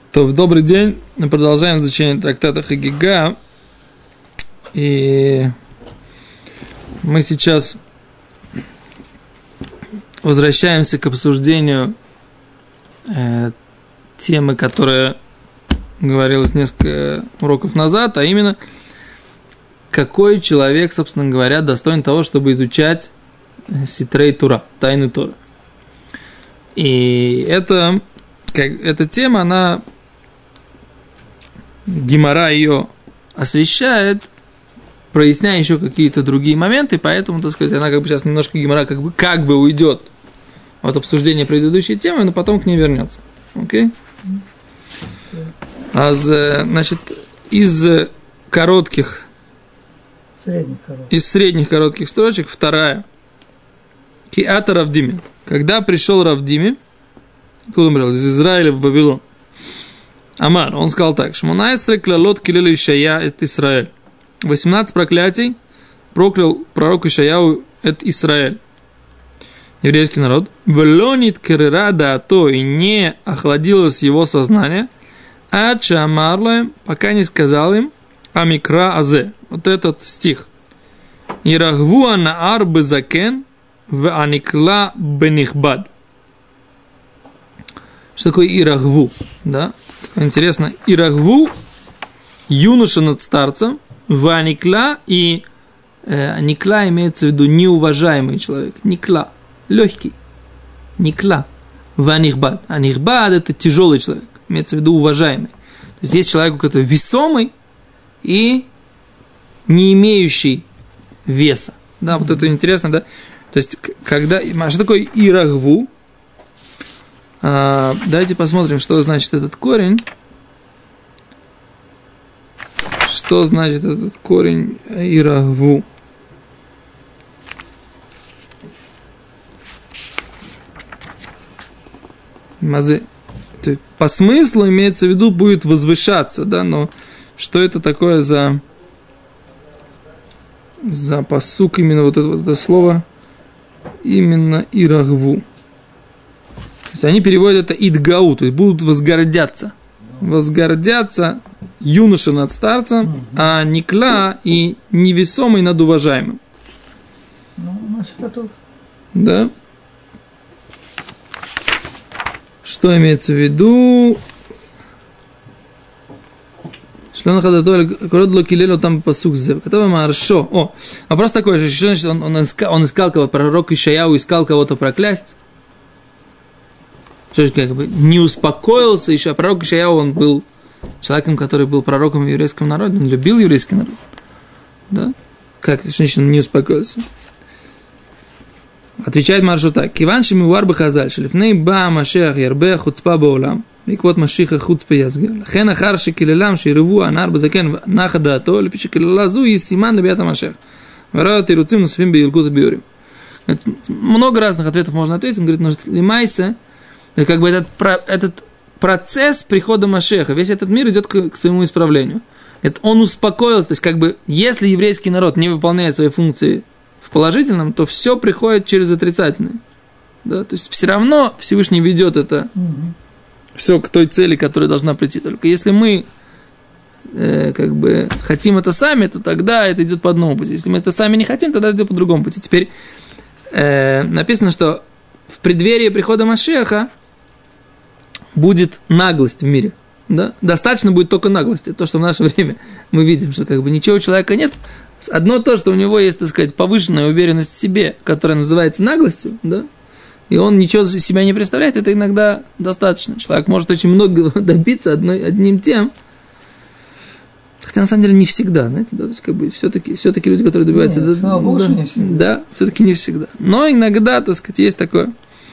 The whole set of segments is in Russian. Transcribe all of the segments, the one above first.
То, добрый день. Мы продолжаем изучение трактата Хагига. И мы сейчас возвращаемся к обсуждению темы, которая говорилась несколько уроков назад, а именно, какой человек, собственно говоря, достоин того, чтобы изучать Ситрей Тура, тайны Торы. И эта тема, она Гемара ее освещает, проясняя еще какие-то другие моменты, поэтому, так сказать, она сейчас немножко Гемара как бы уйдет от обсуждения предыдущей темы, но потом к ней вернется. Окей? Значит, из средних коротких строчек вторая. Киата Равдими. Когда пришел Равдими, откуда он пришел? Из Израиля в Вавилон. Амар, он сказал так: Шмонайсре клалот килели Ишая эт Исраэль. 18 проклятий проклял пророк Ишаяу эт Исраэль, еврейский народ. Велонит керера даато, и не охладилось его сознание, ача амарле, пока не сказал им амикра азе. Вот этот стих. Ирахву анаар безакен в аникла бенихбад. Что такое ирахву? Да? Интересно. Ирахву – юноша над старцем, в аникла, и никла имеется в виду неуважаемый человек. Никла – легкий. Никла – в анихбад. Анихбад – это тяжелый человек. Имеется в виду уважаемый. То есть есть человек, который весомый и не имеющий веса. Да, вот это интересно, да? То есть, когда... Что такое ирахву? Давайте посмотрим, что значит этот корень. Что значит этот корень ирахву? Мазе. По смыслу имеется в виду будет возвышаться, да, но что это такое за пасук, именно вот это слово, именно ирахву. То есть они переводят это идгау, то есть будут возгордяться. Возгордятся юноша над старцем, а никла и невесомый над уважаемым. Да. Что имеется в виду? Шлон хадатоль килело там пасук зев. Который маршо. О, вопрос такой же. Что значит он искал кого-то, пророк Ишаяу искал кого-то проклясть? Что же, как бы не успокоился еще. Пророк Ишаяу, он был человеком, который был пророком в еврейском народе, он любил еврейский народ. Да? Как? Что значит он не успокоился? Отвечает Маршу так: Киван шемивар бахазаль, шелифней ба машех ярбе хуцпа баулам, биквот машиха хуцпа язгер. Лахен ахар шекилелам ширву анар базакен наха даато, лифи шекилела зу и симан лебята машех. Вара тируцим носфим биилкут биурим. Много разных ответов можно ответить. Он говорит, может, лимайся, как бы этот процесс прихода Машеха, весь этот мир идет к своему исправлению. Это он успокоился, то есть как бы если еврейский народ не выполняет свои функции в положительном, то все приходит через отрицательное. Да? То есть все равно Всевышний ведет это все к той цели, которая должна прийти. Только если мы как бы хотим это сами, то тогда это идет по одному пути. Если мы это сами не хотим, тогда это идет по другому пути. Теперь написано, что в преддверии прихода Машеха будет наглость в мире. Да? Достаточно будет только наглости. То, что в наше время мы видим, что как бы ничего у человека нет. Одно то, что у него есть, так сказать, повышенная уверенность в себе, которая называется наглостью, да? И он ничего за себя не представляет, это иногда достаточно. Человек может очень много добиться одним тем. Хотя на самом деле не всегда, знаете, да, то есть как бы все-таки люди, которые добиваются, не всегда. Да, все-таки не всегда. Но иногда, так сказать, есть такое.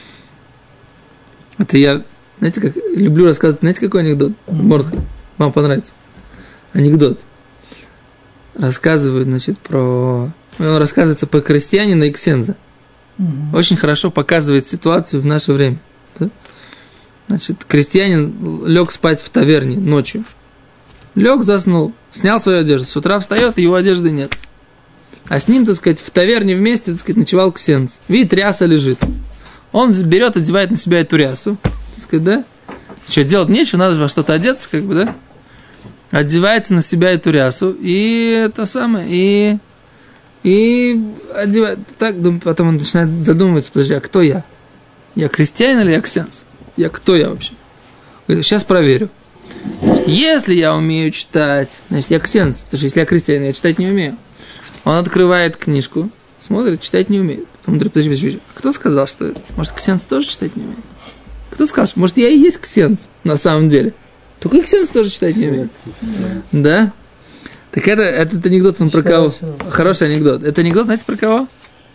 Это я, знаете, как люблю рассказывать, знаете, какой анекдот? Мордхай, вам понравится. Анекдот. Рассказывают, значит, он рассказывается по крестьянину и ксенза. Очень хорошо показывает ситуацию в наше время. Да? Значит, крестьянин лег спать в таверне ночью. Лег, заснул, снял свою одежду. С утра встает, его одежды нет. А с ним, так сказать, в таверне вместе, так сказать, ночевал ксенз. Видит, ряса лежит. Он берет, одевает на себя эту рясу, так сказать, да? Что, делать нечего, надо во что-то одеться, как бы, да? Одевается на себя эту рясу, и это самое, и одевает. Так, потом он начинает задумываться, подожди, а кто я? Я крестьянин или я ксенс? Кто я вообще? Говорит, сейчас проверю. Значит, если я умею читать, значит, я ксенс, потому что если я крестьянин, я читать не умею. Он открывает книжку, смотрит, читать не умеет. Потом говорит, подожди, а кто сказал, что, может, ксенс тоже читать не умеет? Кто сказал, что, может, я и есть ксенс на самом деле? Только ксенс тоже читать не умеет. Да? Так этот анекдот, он про кого? Хороший анекдот. Это анекдот, знаете, про кого?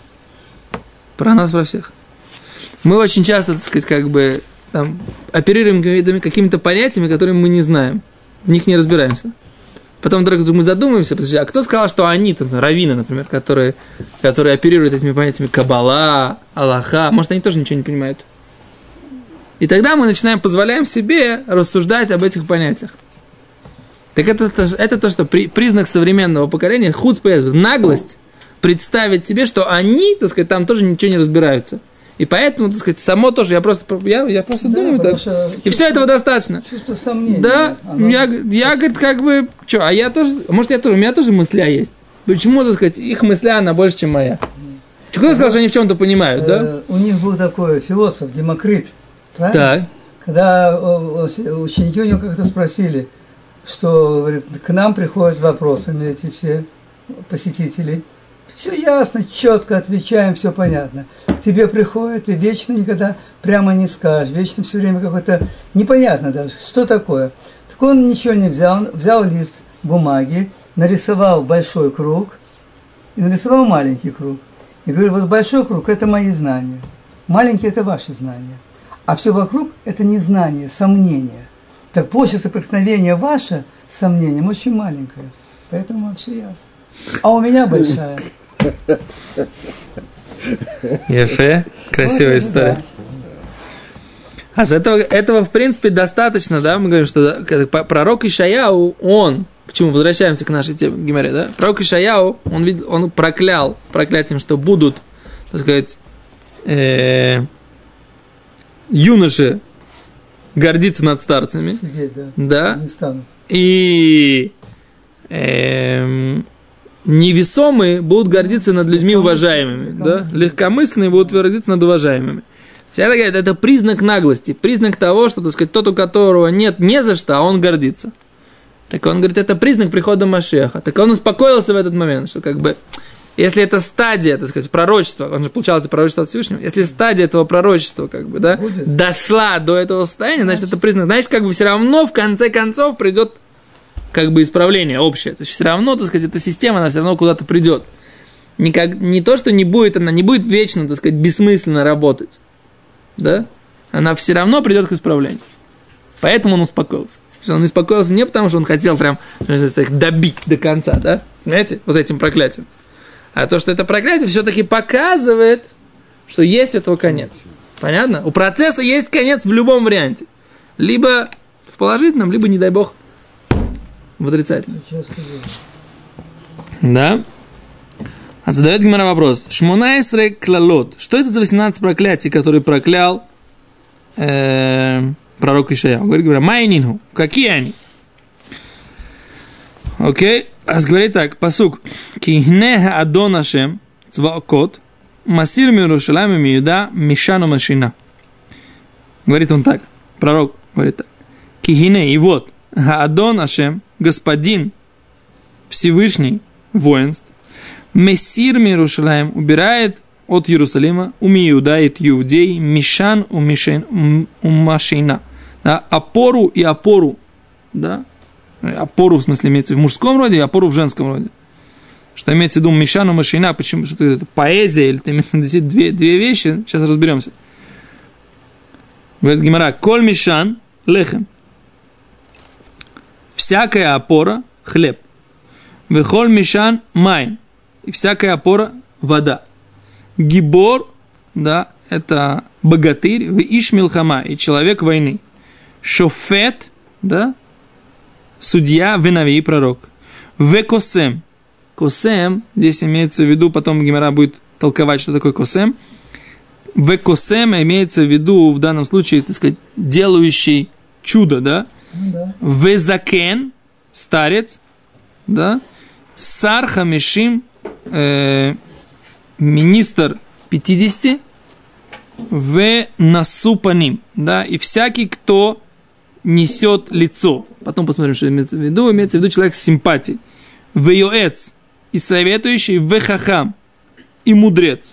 Про нас, про всех. Мы очень часто, так сказать, как бы там, оперируем какими-то понятиями, которые мы не знаем. В них не разбираемся. Потом вдруг мы задумаемся, подожди, а кто сказал, что они, там, раввины, например, которые оперируют этими понятиями Каббала, Аллаха, может, они тоже ничего не понимают. И тогда мы позволяем себе рассуждать об этих понятиях. Так это то, что признак современного поколения, хуцпа, наглость, представить себе, что они, так сказать, там тоже ничего не разбираются. И поэтому, так сказать, само тоже, я просто думаю так. И все этого достаточно. Чувство сомнения. Да, я, говорит, как бы, что, а я тоже, может, у меня тоже мысля есть. Почему, так сказать, их мысля, она больше, чем моя. Кто сказал, что они в чем-то понимают, да? У них был такой философ, Демокрит, правильно? Так. Когда ученики у него как-то спросили, что, говорит, к нам приходят вопросами эти все посетители. Все ясно, четко отвечаем, все понятно. К тебе приходят, и вечно никогда прямо не скажешь. Вечно все время какое-то непонятно даже, что такое. Так он ничего не взял лист бумаги, нарисовал большой круг и нарисовал маленький круг. И говорит, вот большой круг – это мои знания, маленький – это ваши знания. А все вокруг – это незнание, сомнение. Так площадь соприкосновения ваша с сомнением очень маленькая. Поэтому вам все ясно. А у меня большая. Ефе, красивая история. А с этого, в принципе, достаточно, да, мы говорим, что пророк Ишаяу, он, к чему возвращаемся к нашей теме, Гемаре, да, пророк Ишаяу, он проклял проклятием, что будут, так сказать, юноши гордиться над старцами. Сидеть, да. Да. Не станут. И невесомые будут гордиться над людьми уважаемыми. Да? Легкомысленные будут гордиться над уважаемыми. Вся такая, это признак наглости, признак того, что, так сказать, тот, у которого нет не за что, а он гордится. Так он говорит, это признак прихода Машиаха. Так он успокоился в этот момент, что как бы, если это стадия, так сказать, пророчества, он же получал это пророчество от Всевышнего, если стадия этого пророчества, как бы, да, дошла до этого состояния, значит, это признак, значит, как бы все равно в конце концов придет как бы исправление общее. То есть все равно, так сказать, эта система, она все равно куда-то придет. Не то, что она не будет вечно, так сказать, бессмысленно работать. Да? Она все равно придет к исправлению. Поэтому он успокоился. Он успокоился не потому, что он хотел прям их добить до конца, да? Знаете, вот этим проклятием. А то, что это проклятие все-таки показывает, что есть у этого конец. Понятно? У процесса есть конец в любом варианте. Либо в положительном, либо, не дай бог, в отрицательном. Да? А задает Гемара вопрос. Шмонайсре клалот. Что это за 18 проклятий, которые проклял пророк Ишаяу? Говорит, майнинху. Какие они? Окей. А говорит так, пасук. Кихнеха адон Ашем цваокот масир мирушалами миюда мишану машина. Говорит он так. Пророк говорит так. Кихне, и вот, адон Ашем, господин Всевышний воинств, мессир мирушалаем, убирает от Иерусалима, умиюдает иудей, мишан умашина. Да, опору и опору, да, опору, в смысле, имеется в мужском роде, и опору в женском роде. Что имеется в виду мишану машина, почему? Что это поэзия, или это имеется в виду две вещи, сейчас разберемся. Говорит Гемара, коль мишан лехем. Всякая опора – хлеб. Вехоль мишан майн. И всякая опора – вода. Гибор, да, это богатырь, виш милхама, и человек войны. Шофет, да, судья, венави и пророк. Векосем. Косем, здесь имеется в виду, потом Гемара будет толковать, что такое косем. Векосем имеется в виду в данном случае, так сказать, делающий чудо, да? Да. Везакен, старец, да? Сар хамишим, министр 50, в насу по ним, да? И всякий, кто несет лицо. Потом посмотрим, что имеется в виду. Имеется в виду человек с симпатией. В йоэц, и советующий, в хахам, и мудрец.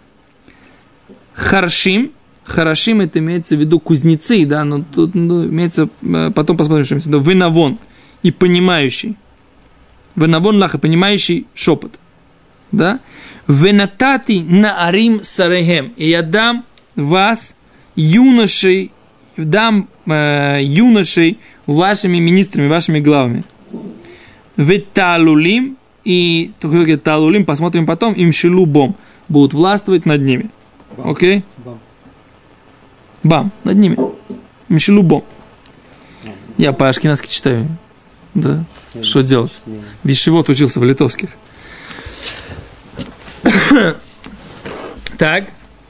Харшим, харашим это имеется в виду кузнецы, да, но тут имеется, потом посмотрим, что имеется в виду. Вынавон, и понимающий. Вынавон лаха, понимающий шепот. Да? Венатати наарим сарехем, и я дам вас, юношей, дам юношей вашими министрами, вашими главами. Веталулим, и талулим, посмотрим потом, им шилубом, будут властвовать над ними. Окей? Бам, над ними. Им шилубом. Я по-ашкеназски читаю. Да. Что делать? Вишивот учился в литовских. Так.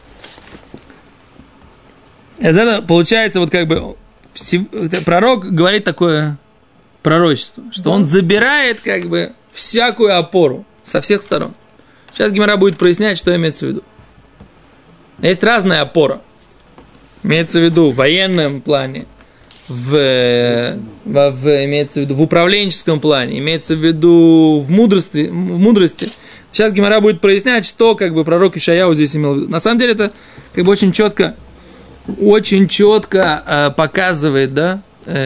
Это получается вот как бы пророк говорит такое пророчество, что он забирает как бы всякую опору со всех сторон. Сейчас Гемара будет прояснять, что имеется в виду. Есть разная опора. Имеется в виду в военном плане, имеется в виду в управленческом плане, имеется в виду в мудрости. Сейчас Гемара будет прояснять, что как бы пророк Ишаяу здесь имел в виду. На самом деле это как бы очень четко показывает, да,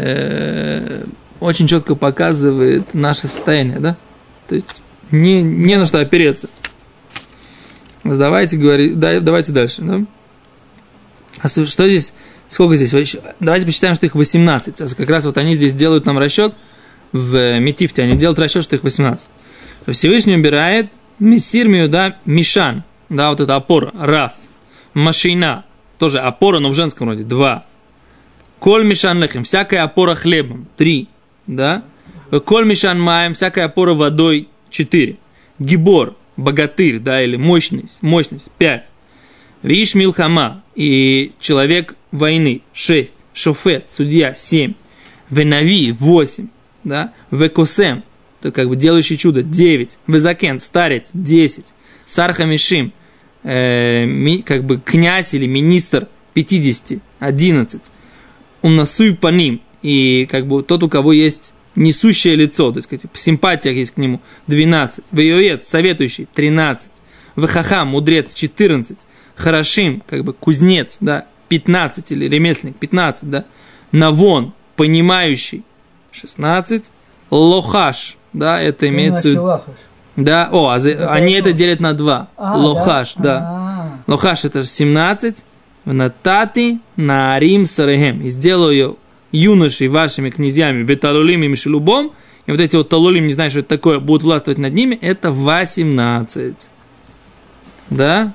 очень четко показывает наше состояние, да. То есть не на что опереться. Давайте дальше, да. А что здесь? Сколько здесь? Давайте посчитаем, что их 18. Как раз вот они здесь делают нам расчет в Метифте. Они делают расчет, что их 18. Всевышний убирает Мессир Миуда Мишан. Да, вот это опора. Раз. Машина. Тоже опора, но в женском роде. 2. Коль Мишан Лехем. Всякая опора хлебом. 3. Да. Коль Мишан Маем. Всякая опора водой. 4. Гибор. Богатырь, да, или мощность. 5. Виш Милхама. И человек войны. 6. Шофет. Судья. 7. Венави. 8. Да. Векосем. То как бы делающий чудо. 9. Везакен. Старец. 10. Сархамишим. Как бы князь или министр. 50. 11. Умнасуй по ним. И как бы тот, у кого есть несущее лицо, то есть симпатия есть к нему. 12. Вейоец, советующий. 13. Вехахам, мудрец. 14. Харашим, как бы кузнец, да, 15, или ремесленник, 15, да. Навон, понимающий. 16. Лохаш, да, это имеется в виду. Да, они это делят на 2. Лохаш, да. Лохаш это 17. Натати наарим сарехем. И сделаю ее юношей вашими князьями, беталулим и мишелубом. И вот эти вот талулим, не знаю, что это такое, будут властвовать над ними, это 18. Да?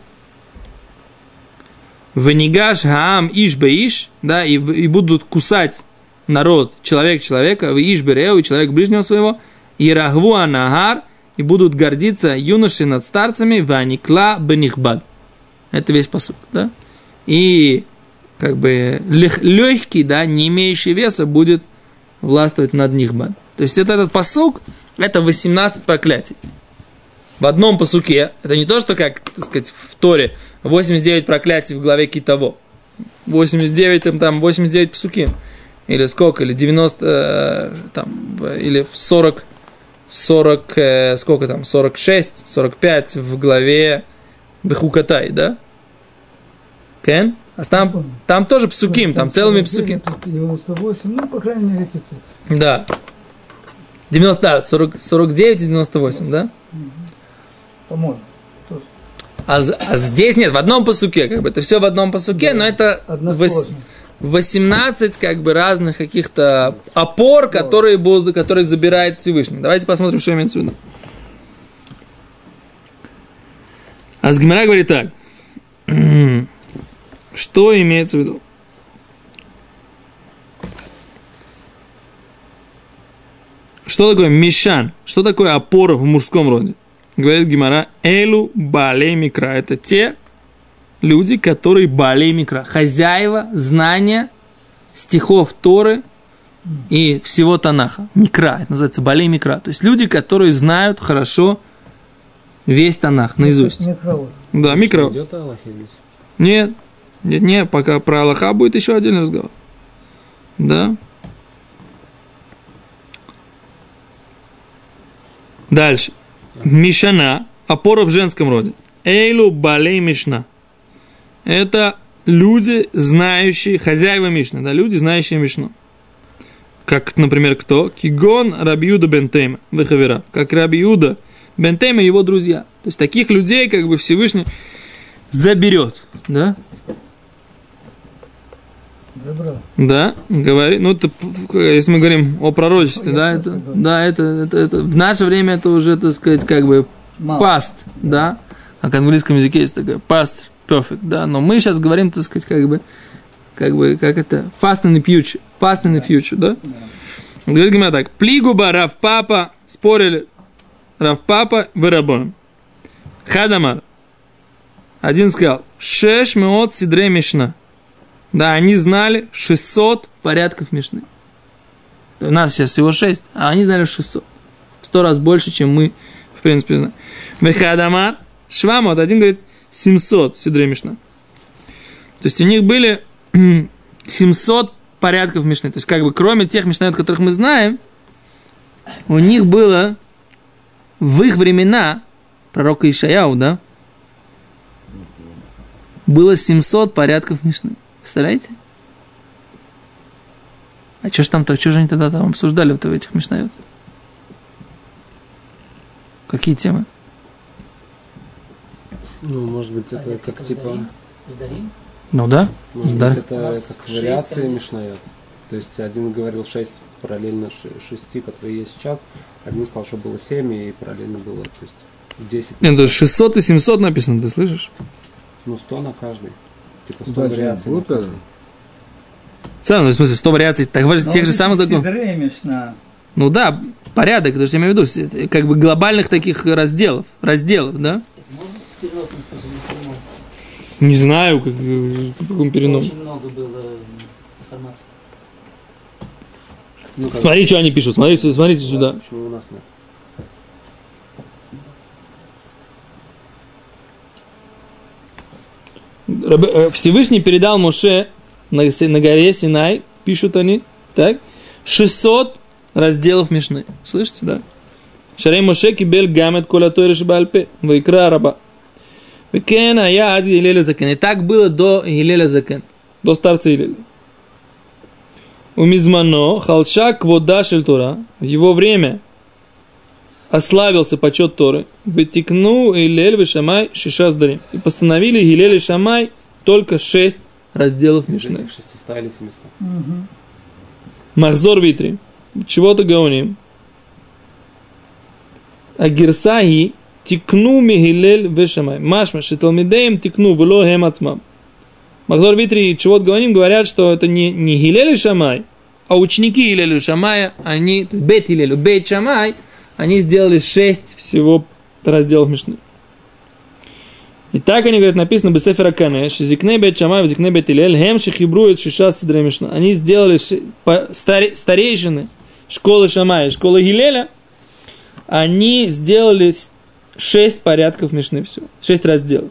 Венигаш хаам иш беиш, да, и будут кусать народ, человек человека, в иш береу, и человек ближнего своего, и рагву анагар, и будут гордиться юноши над старцами, ваникла бенихбад. Это весь пасук, да? И как бы легкий, да, не имеющий веса, будет властвовать над нихбад. То есть этот пасук, это 18 проклятий. В одном пасуке, это не то, что, как, так сказать, в Торе, 89 проклятий в главе Китово. 89 пасуки. Или сколько, или 90, там, или 40, сколько там, 46, 45 в главе Бехукатай, да? Кен? А там тоже псуким, там целыми псуким. 98, ну, по крайней мере, эти цифры. Да. 49 и 98, да? По-моему, тоже. А здесь нет, в одном пасуке, как бы, это все в одном пасуке, да, но это 18, как бы, разных каких-то опор, да, которые забирает Всевышний. Давайте посмотрим, что имеется в виду. Гемара говорит так. Что имеется в виду? Что такое мишан? Что такое опора в мужском роде? Говорит Гемара, элу балей микра. Это те люди, которые балей микра. Хозяева знания стихов Торы и всего Танаха. Микра, это называется Балей Микра. То есть люди, которые знают хорошо весь Танах наизусть. Микровод. Да, микро. Идет о Аллахе здесь? Нет, пока про Аллаха будет еще отдельный разговор. Да. Дальше. Мишана, опора в женском роде. Эйлу балей мишна. Это люди, знающие, хозяева Мишны, да, люди, знающие Мишну. Как, например, кто? Кигон Рабиуда бен Тейма, Вехавера. Как Рабиуда бен Тейма и его друзья. То есть таких людей, как бы, Всевышний заберет, да? Забрал. Да, говори, ну, это, если мы говорим о пророчестве, да, это в наше время это уже, так сказать, как бы past, да, как в английском языке есть такое past perfect, да, но мы сейчас говорим, так сказать, как это, fast in the future, да. Говорит Гемара так, Плигуба, Рав Папа, спорили Рав Папа в Рабоном. Хадамар, один сказал, Шеш меот сидре мишна. Да, они знали 600 порядков Мишны. У нас сейчас всего 6, а они знали 600. 100 раз больше, чем мы, в принципе, знаем. Вехадамар, Швамот, один говорит 700 Сидре Мишна. То есть у них были 700 порядков Мишны. То есть как бы кроме тех Мишнайот, которых мы знаем, у них было в их времена, пророка Ишаяу, да, было 700 порядков Мишны. Представляете? А что же они тогда там обсуждали в этих Мишнайот? Какие темы? Ну, может быть, это как типа... Сдарим? Ну да. Может быть, это как вариации Мишнайот. То есть один говорил 6 параллельно 6, которые есть сейчас. Один сказал, что было 7 и параллельно было, то есть 10. Нет, то 600 и 700 написано, ты слышишь? Ну, 100 на каждый. Типа 100 вариаций на каждый. В смысле, 100 вариаций, так же тех же самых законов. Ну да, порядок, то, что я имею в виду, как бы глобальных таких разделов, да? Это может быть в переносном смысле? Не знаю, в каком переносе. Очень много было информации. Ну, смотри, что они пишут, смотрите сюда. Почему у нас нет? Всевышний передал Моше на горе Синай, пишут они, так, 600 разделов Мишны. Слышите, да? Шарей Моше кибель гамет кола тойры шибальпе, вайкра раба. Векен ая ади Илеля Закен. И так было до Илеля Закен, до старца Илеля. У Мизмано халша квода шель Тора. В его время ославился почет Торы. Вытекну Илель вешамай шиша сдарим. И постановили Илель и Шамай только 6 разделов Мишны. Из этих 600 или 700. Махзор витри. Чего-то гаоним. А гирсаги тикну мигилель вешамай. Машма шиталмидеем тикну вело хем ацмам. Махзор витри и чего-то гаоним говорят, что это не Гилель и Шамай, а ученики Гилеля и Шамая, они, Бет Гилелю, Бет Шамай, они сделали 6 всего разделов Мишны. И так они говорят, написано Бесефера Кане, Шизикне Бет Шамай, Визикне Бет Гилель, Хем Шихибрует Шиша Сидре Мишна. Они сделали старейшины школы Шамая, школы Гилеля, они сделали 6 порядков Мишны всего, 6 разделов.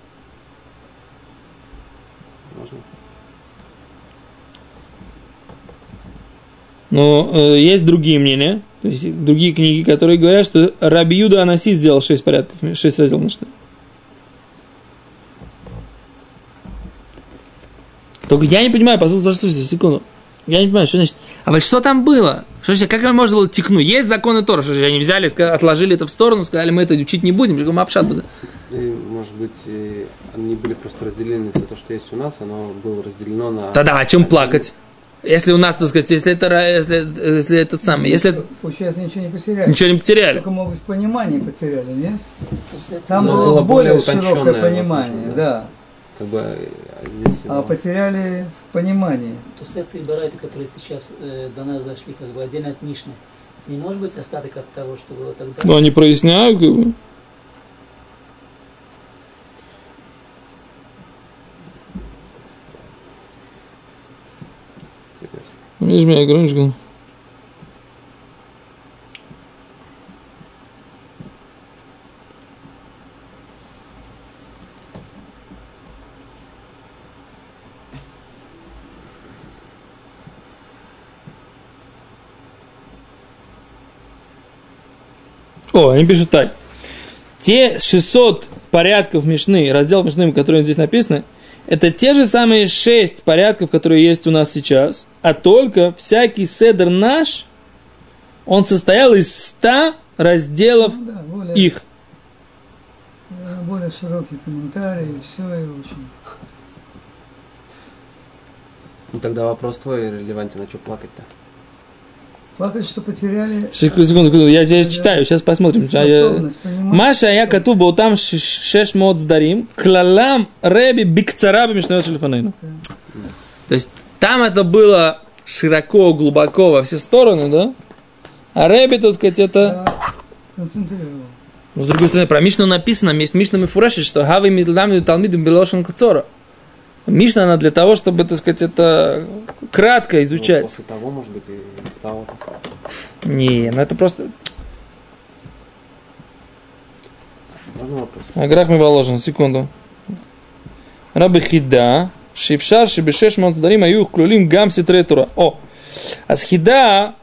Но есть другие мнения, то есть другие книги, которые говорят, что Раби Юда Анаси сделал 6 порядков, 6 разделов Мишны. Только я не понимаю, послушайте, секунду. Я не понимаю, что значит. А вот что там было? Что значит, как можно было текнуть? Есть законы Тора, что же они взяли, отложили это в сторону, сказали, мы это учить не будем, мы обшат. Может быть, они были просто разделены, все то, что есть у нас, оно было разделено на... Тогда о чем плакать? Если у нас, так сказать, если этот самый, если... Получается, ничего не потеряли. Ничего не потеряли. Только, может быть, понимание потеряли, нет? Там Но было более утонченное, широкое понимание, возможно, да. Как бы здесь... А потеряли в понимании. Тусефты и барайты, которые сейчас до нас зашли, как бы отдельно от Мишны, это не может быть остаток от того, что было тогда? Ну, они проясняют, как бы. Ясно. Видишь меня, громче. О, они пишут так. Те 600 порядков Мишны, разделов Мишны, которые здесь написаны, это те же самые 6 порядков, которые есть у нас сейчас, а только всякий седер наш, он состоял из 100 разделов их. Более широкие комментарии, все и очень. Ну тогда вопрос твой релевантен, а что плакать-то? Плакать, что потеряли. Секунду, я читаю, сейчас посмотрим. Маша, я катуба, там 6 мод сдарим, клалам реби бикцараби мишнайот шельфанейну. То есть там это было широко, глубоко во все стороны, да? А реби, так сказать, это... Сконцентрировал. Но с другой стороны, про Мишну написано, есть Мишна Мифураши, что Хави Мидлами Талмидим Белошен Куцора. Мишна, она для того, чтобы, так сказать, это кратко изучать. Ну, после того, может быть, и не стало. Не, ну это просто... Можно вопрос? Аграх Миволожен, секунду. Раби Хида, Шившар, Шибешеш, Монтадарим, Аюх, Клюлим, Гам, Ситретура. О, а с Хида,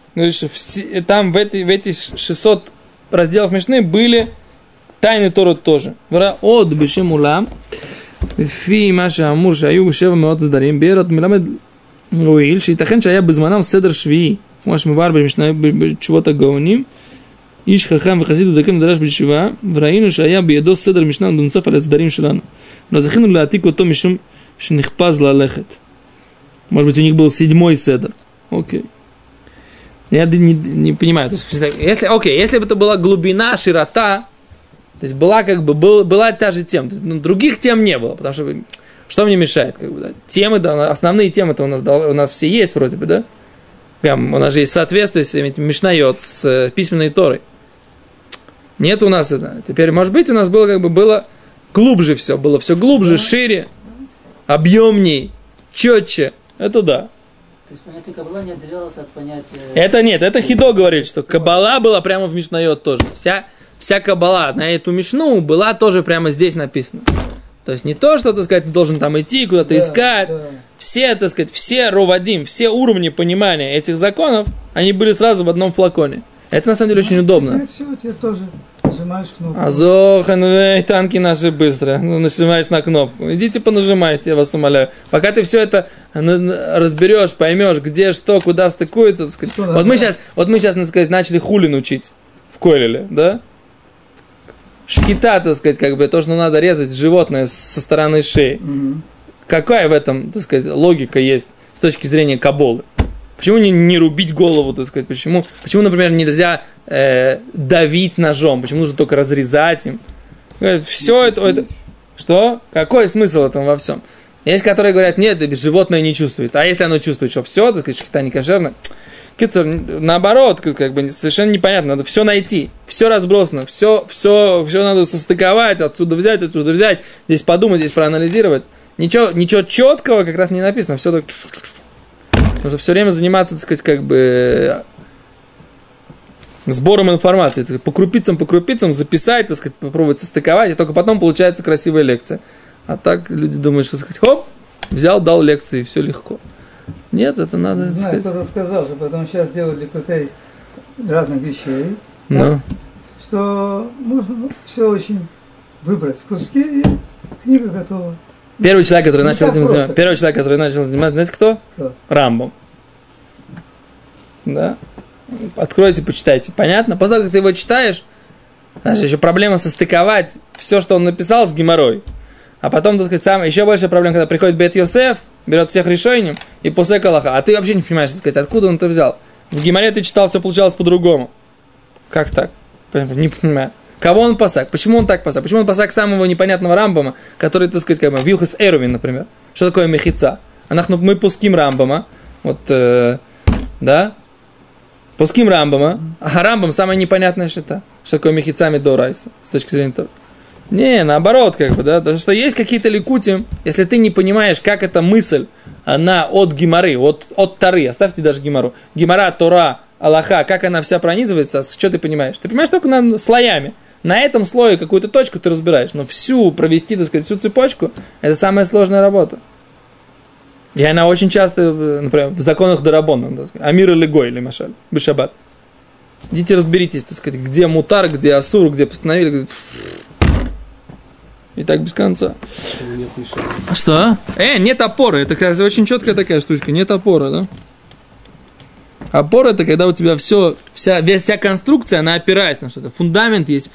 там в эти 600 разделов Мишны были тайны Торы тоже. Вра от Бешем Улам. לפי מה שאמור שהיו 700 סדרים, בעירות מלמד רואיל, שייתכן שהיה בזמנם סדר שביעי, כמו שמובהר בתשובות הגאונים, איש חכם וחסיד וזקן ודרש בישיבה, וראינו שהיה בידו סדר משנה בנוסף על הסדרים שלנו. но זכינו להעתיק אותו משום שנחפז ללכת. Может быть, у них был 7-й седер. Окей. Я не понимаю. То есть, если бы это была глубина, широта, то есть была была та же тема. Других тем не было, потому что мне мешает? Да? Темы, да, основные темы-то у нас все есть вроде бы, да? Прям у нас же есть соответствие с этим Мишнайот, с письменной Торой. Нет у нас это. Теперь, может быть, у нас было глубже все, было все глубже, шире, объемней, четче. Это да. То есть понятие Каббала не отделялось от понятия... Это нет, это Хидо говорит, что Каббала была прямо в Мишнайот тоже. Вся Каббала на эту Мишну была тоже прямо здесь написана. То есть не то, что, так сказать, ты должен там идти, куда-то искать. Да. Все, так сказать, все ровадим, все уровни понимания этих законов, они были сразу в одном флаконе. Это на самом деле очень удобно. Все, тебе тоже нажимаешь кнопку. Азоханвей, танки наши быстро. Нажимаешь на кнопку. Идите понажимайте, я вас умоляю. Пока ты все это разберешь, поймешь, где, что, куда стыкуется, так сказать. Вот мы сейчас, так сказать, начали хулин учить в Колеле, да? Шкита, так сказать, то, что надо резать животное со стороны шеи. Mm-hmm. Какая в этом, так сказать, логика есть с точки зрения Каббалы? Почему не рубить голову, так сказать? Почему, например, нельзя давить ножом? Почему нужно только разрезать им? Все это... Что? Какой смысл в этом во всем? Есть, которые говорят, нет, животное не чувствует. А если оно чувствует, что все, так сказать, шкита не кошерная? Наоборот, совершенно непонятно, надо все найти, все разбросано, все надо состыковать, отсюда взять, здесь подумать, здесь проанализировать. Ничего четкого как раз не написано, все так... Нужно все время заниматься, так сказать, сбором информации, по крупицам записать, так сказать, попробовать состыковать, и только потом получается красивая лекция. А так люди думают, что, сказать, хоп, взял, дал лекцию, и все легко. Нет, это надо... Не знаю, кто рассказал, что потом сейчас делали крутей разных вещей, да, что можно все очень выбрать куски, и книга готова. Первый человек, который начал этим заниматься, знаете кто? Рамбам. Да? Откройте, почитайте. Понятно? После того, как ты его читаешь, знаешь, еще проблема состыковать все, что он написал, с геморрой. А потом, так сказать, еще большая проблема, когда приходит Бет Йосеф, берет всех решением и после Калаха. А ты вообще не понимаешь, так сказать, откуда он это взял. В Гемаре ты читал, все получалось по-другому. Как так? Не понимаю. Кого он пасак? Почему он так пасак? Почему он пасак самого непонятного Рамбама, который, так сказать, Вилхас Эрувин, например. Что такое мехица? Мы пуским Рамбама. Да? Пуским Рамбама. А Рамбам самая непонятная шита. Что такое мехица Медорайса с точки зрения Тора. Не, наоборот, да. Потому что есть какие-то ликутим, если ты не понимаешь, как эта мысль она от гемары, от Торы, оставьте даже гемару. Гемара, Тора, Аллаха, как она вся пронизывается, что ты понимаешь? Ты понимаешь только слоями. На этом слое какую-то точку ты разбираешь, но всю провести, так сказать, всю цепочку, это самая сложная работа. И она очень часто, например, в законах Дарабона, Амир или Гой, или Машаль, Бешабат. Идите разберитесь, так сказать, где мутар, где асур, где постановили. И так без конца. Нет мишени. Что? Нет опоры. Это, кажется, очень четкая такая штучка. Нет опоры, да? Опора — это когда у тебя вся конструкция, она опирается на что-то. Фундамент есть,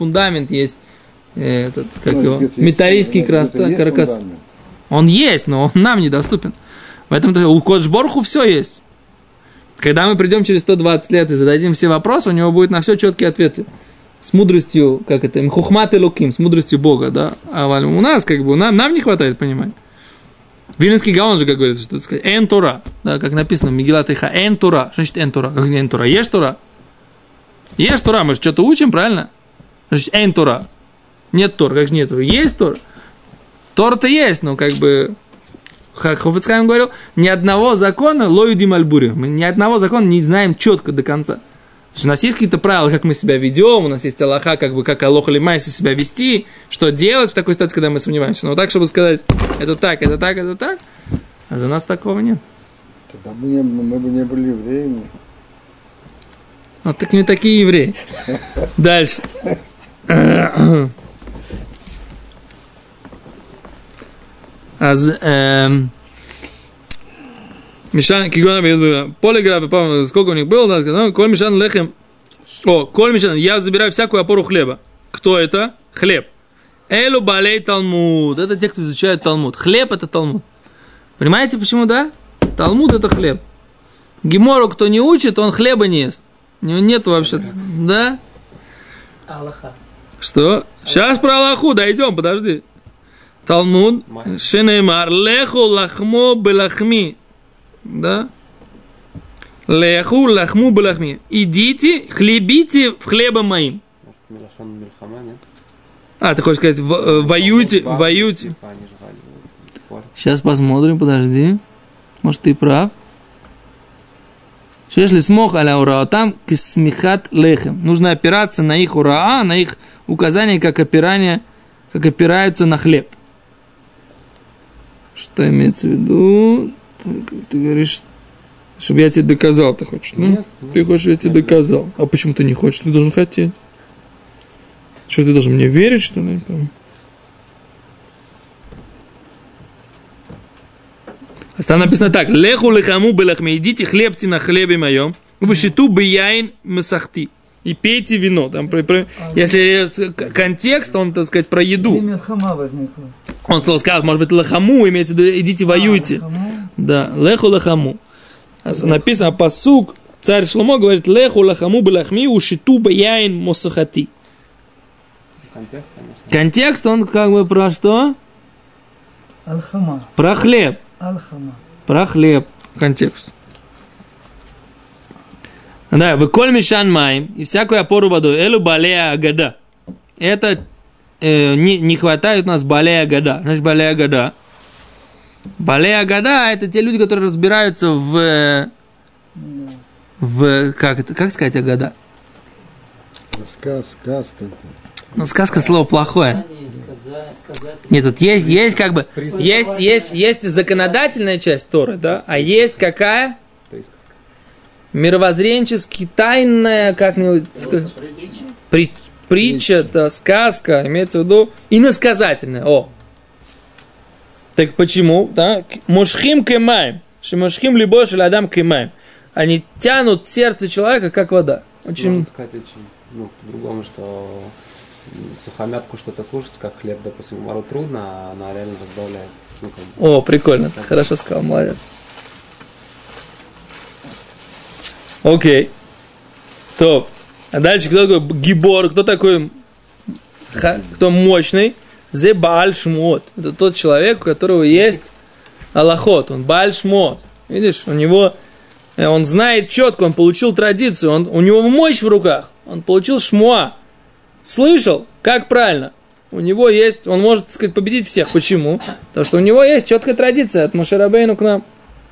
металлический каркас. Он есть, но он нам недоступен. Поэтому у Кодж Борху все есть. Когда мы придем через 120 лет и зададим все вопросы, у него будет на все четкие ответы. С мудростью, хухмат и луким, с мудростью Бога, да. А у нас, нам не хватает понимания. Вильнинский Гаон же, как говорится, что сказать, эн Тора, да, как написано в Мегилат Иха, эн Тора. Что значит эн Тора? Как не эн Тора? Есть Тора? Есть Тора, мы же что-то учим, правильно? Значит, эн Тора. Нет Тора, как же нет Тора? Есть Тора. Тора-то есть, но как Хофец Хаим говорил, ни одного закона лоюдим альбури. Мы ни одного закона не знаем четко до конца. То есть у нас есть какие-то правила, как мы себя ведем, у нас есть Аллаха, как Аллах или Майси себя вести, что делать в такой ситуации, когда мы сомневаемся. Но так, чтобы сказать, это так, а за нас такого нет. Тогда мы бы не были евреями. Вот так не такие евреи. Дальше. Мишан, полиграф, сколько у них было, коль мишан лехем. Коль мишан, я забираю всякую опору хлеба. Кто это? Хлеб. Элу балей Талмуд. Это те, кто изучают Талмуд. Хлеб — это Талмуд. Понимаете, почему, да? Талмуд — это хлеб. Гемору, кто не учит, он хлеба не ест. У него нет вообще. Да? Аллаха. Что? Сейчас про Аллаху дойдем, подожди. Талмуд. Шенеймар. Леху лахмо белахми. Да? Леху лахму белахми. Идите, хлебите в хлебом моим. Может, Милашон Мильхама, нет? Ты хочешь сказать, воюйте. Сейчас посмотрим, подожди. Может, ты прав. Шешли смог аля ураа, там кисмихат лехем. Нужно опираться на их ураа, на их указания, как опираются на хлеб. Что имеется в виду? Ты говоришь, чтобы я тебе доказал, ты хочешь? Нет, ты хочешь, я тебе доказал. А почему ты не хочешь? Ты должен хотеть. Что, ты должен мне верить, что ли? Там написано так. Леху лехаму белахме. Идите, хлебьте на хлебе моем. Вышиту бияин месахти. И пейте вино. Там, если контекст, он, так сказать, про еду. Где милхама возникла? Он сказал, может быть, лехаму, имеется в виду, идите, воюйте. Лехаму? Да, леху лехаму. Написано, пасук, царь Шломо говорит, леху лехаму белахми, ушиту бияин месахти. Контекст, конечно. Контекст, он как бы про что? Алхама. Про хлеб. Алхама. Про хлеб. Контекст. Да, вы коль мишан маем, и всякую опору водой, элу балея агада. Это не хватает у нас балея агада. Значит, балея агада. Балея агада — это те люди, которые разбираются в как сказать агада? Сказка. Ну, сказка слово плохое. Нет, тут есть как бы, есть законодательная часть Торы, да, а есть какая? Мировоззренчески тайная, как-нибудь, притча, да, сказка, имеется в виду, иносказательная, Так почему, да? Мошхим кемаем, шемошхим либо шелядам кемаем. Они тянут сердце человека, как вода. Очень... Можно сказать по-другому, что сухомятку что-то кушать, как хлеб, допустим, мору трудно, а она реально разбавляет. Прикольно, ты хорошо сказал, молодец. Окей. Топ. А дальше кто такой гибор, кто такой, кто мощный? Зе Бааль Шмот. Это тот человек, у которого есть алахот, он Бааль Шмот. Видишь, он знает четко, он получил традицию, у него мощь в руках, он получил шмуа. Слышал, как правильно. У него есть, он может, так сказать, победить всех. Почему? Потому что у него есть четкая традиция от Моше Рабейну к нам.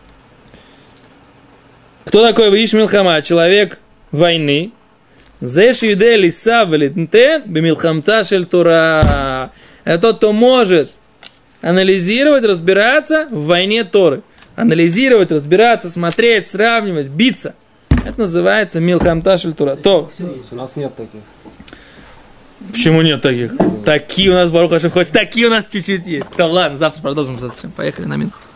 Кто такой Ваиш Милхама? Человек войны. Зеш юдели савлитнтен бимилхамта шель Тора. Это тот, кто может анализировать, разбираться в войне Торы. Анализировать, разбираться, смотреть, сравнивать, биться. Это называется Милхамта шель Тора. То. У нас нет таких. Почему нет таких? Такие у нас, Барух Ашем, хоть такие у нас чуть-чуть есть. Да ладно, завтра продолжим. Поехали на Минху.